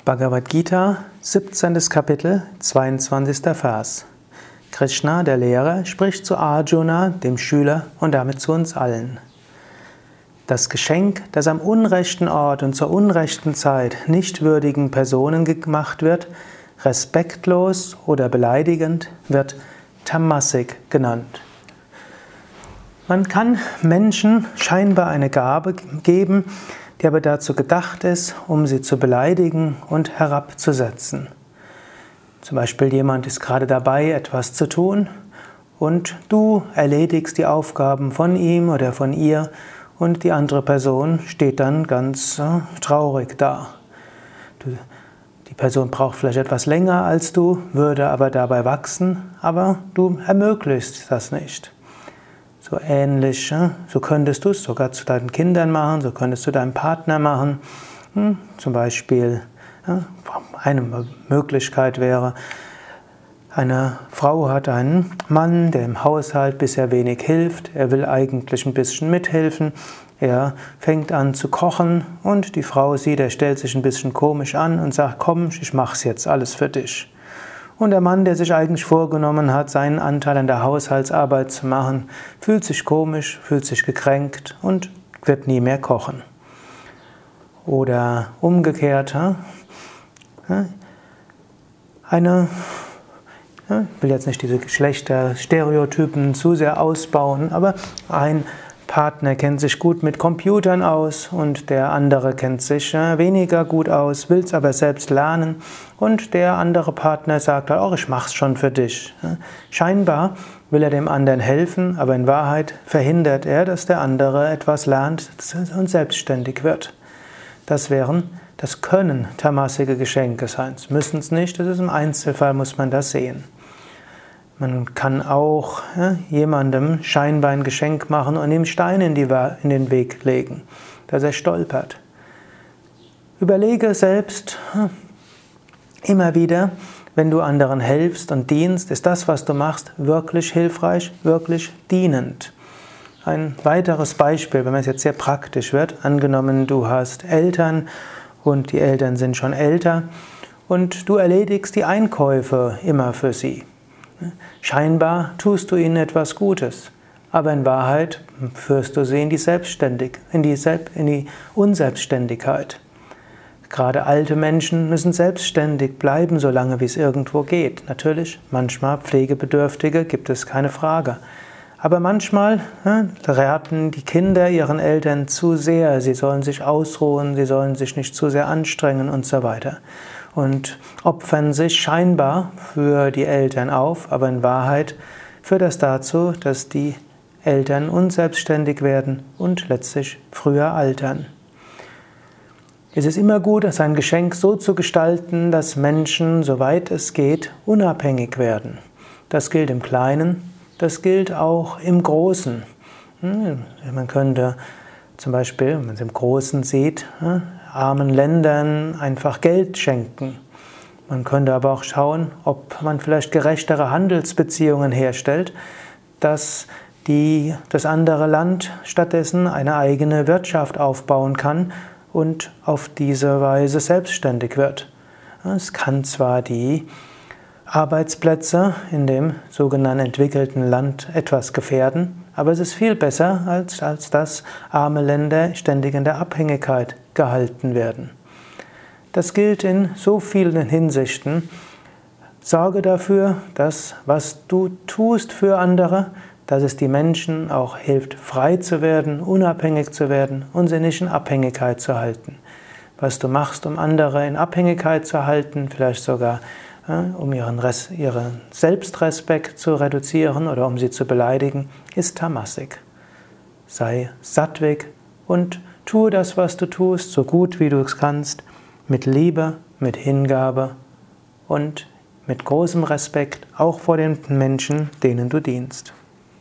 Bhagavad Gita, 17. Kapitel, 22. Vers. Krishna, der Lehrer, spricht zu Arjuna, dem Schüler, und damit zu uns allen. Das Geschenk, das am unrechten Ort und zur unrechten Zeit nicht würdigen Personen gemacht wird, respektlos oder beleidigend, wird Tamasik genannt. Man kann Menschen scheinbar eine Gabe geben, die aber dazu gedacht ist, um sie zu beleidigen und herabzusetzen. Zum Beispiel jemand ist gerade dabei, etwas zu tun und du erledigst die Aufgaben von ihm oder von ihr und die andere Person steht dann ganz traurig da. Die Person braucht vielleicht etwas länger als du, würde aber dabei wachsen, aber du ermöglichst das nicht. So ähnlich, so könntest du es sogar zu deinen Kindern machen, so könntest du deinem Partner machen. Zum Beispiel, eine Möglichkeit wäre, eine Frau hat einen Mann, der im Haushalt bisher wenig hilft, er will eigentlich ein bisschen mithelfen, er fängt an zu kochen und die Frau sieht, er stellt sich ein bisschen komisch an und sagt, komm, ich mach's jetzt alles für dich. Und der Mann, der sich eigentlich vorgenommen hat, seinen Anteil an der Haushaltsarbeit zu machen, fühlt sich komisch, fühlt sich gekränkt und wird nie mehr kochen. Oder umgekehrt, ich will jetzt nicht diese Geschlechterstereotypen zu sehr ausbauen, aber ein Partner kennt sich gut mit Computern aus und der andere kennt sich weniger gut aus, will es aber selbst lernen und der andere Partner sagt, oh, ich mach's schon für dich. Scheinbar will er dem anderen helfen, aber in Wahrheit verhindert er, dass der andere etwas lernt und selbstständig wird. Das können tamasische Geschenke sein. Das müssen es nicht, das ist im Einzelfall, muss man das sehen. Man kann auch jemandem scheinbar ein Geschenk machen und ihm Steine in den Weg legen, dass er stolpert. Überlege selbst immer wieder, wenn du anderen hilfst und dienst, ist das, was du machst, wirklich hilfreich, wirklich dienend. Ein weiteres Beispiel, wenn es jetzt sehr praktisch wird, angenommen du hast Eltern und die Eltern sind schon älter und du erledigst die Einkäufe immer für sie. Scheinbar tust du ihnen etwas Gutes, aber in Wahrheit führst du sie in die Unselbstständigkeit. Gerade alte Menschen müssen selbstständig bleiben, solange wie es irgendwo geht. Natürlich, manchmal Pflegebedürftige gibt es keine Frage. Aber manchmal raten die Kinder ihren Eltern zu sehr, sie sollen sich ausruhen, sie sollen sich nicht zu sehr anstrengen und so weiter. Und opfern sich scheinbar für die Eltern auf, aber in Wahrheit führt das dazu, dass die Eltern unselbstständig werden und letztlich früher altern. Es ist immer gut, sein Geschenk so zu gestalten, dass Menschen, soweit es geht, unabhängig werden. Das gilt im Kleinen, das gilt auch im Großen. Man könnte zum Beispiel, wenn man es im Großen sieht, armen Ländern einfach Geld schenken. Man könnte aber auch schauen, ob man vielleicht gerechtere Handelsbeziehungen herstellt, dass das andere Land stattdessen eine eigene Wirtschaft aufbauen kann und auf diese Weise selbstständig wird. Es kann zwar die Arbeitsplätze in dem sogenannten entwickelten Land etwas gefährden, aber es ist viel besser, als dass arme Länder ständig in der Abhängigkeit gehalten werden. Das gilt in so vielen Hinsichten. Sorge dafür, dass was du tust für andere, dass es die Menschen auch hilft, frei zu werden, unabhängig zu werden und sie nicht in Abhängigkeit zu halten. Was du machst, um andere in Abhängigkeit zu halten, vielleicht sogar um ihren Selbstrespekt zu reduzieren oder um sie zu beleidigen, ist Tamasik. Sei sattwig und tue das, was du tust, so gut wie du es kannst, mit Liebe, mit Hingabe und mit großem Respekt, auch vor den Menschen, denen du dienst.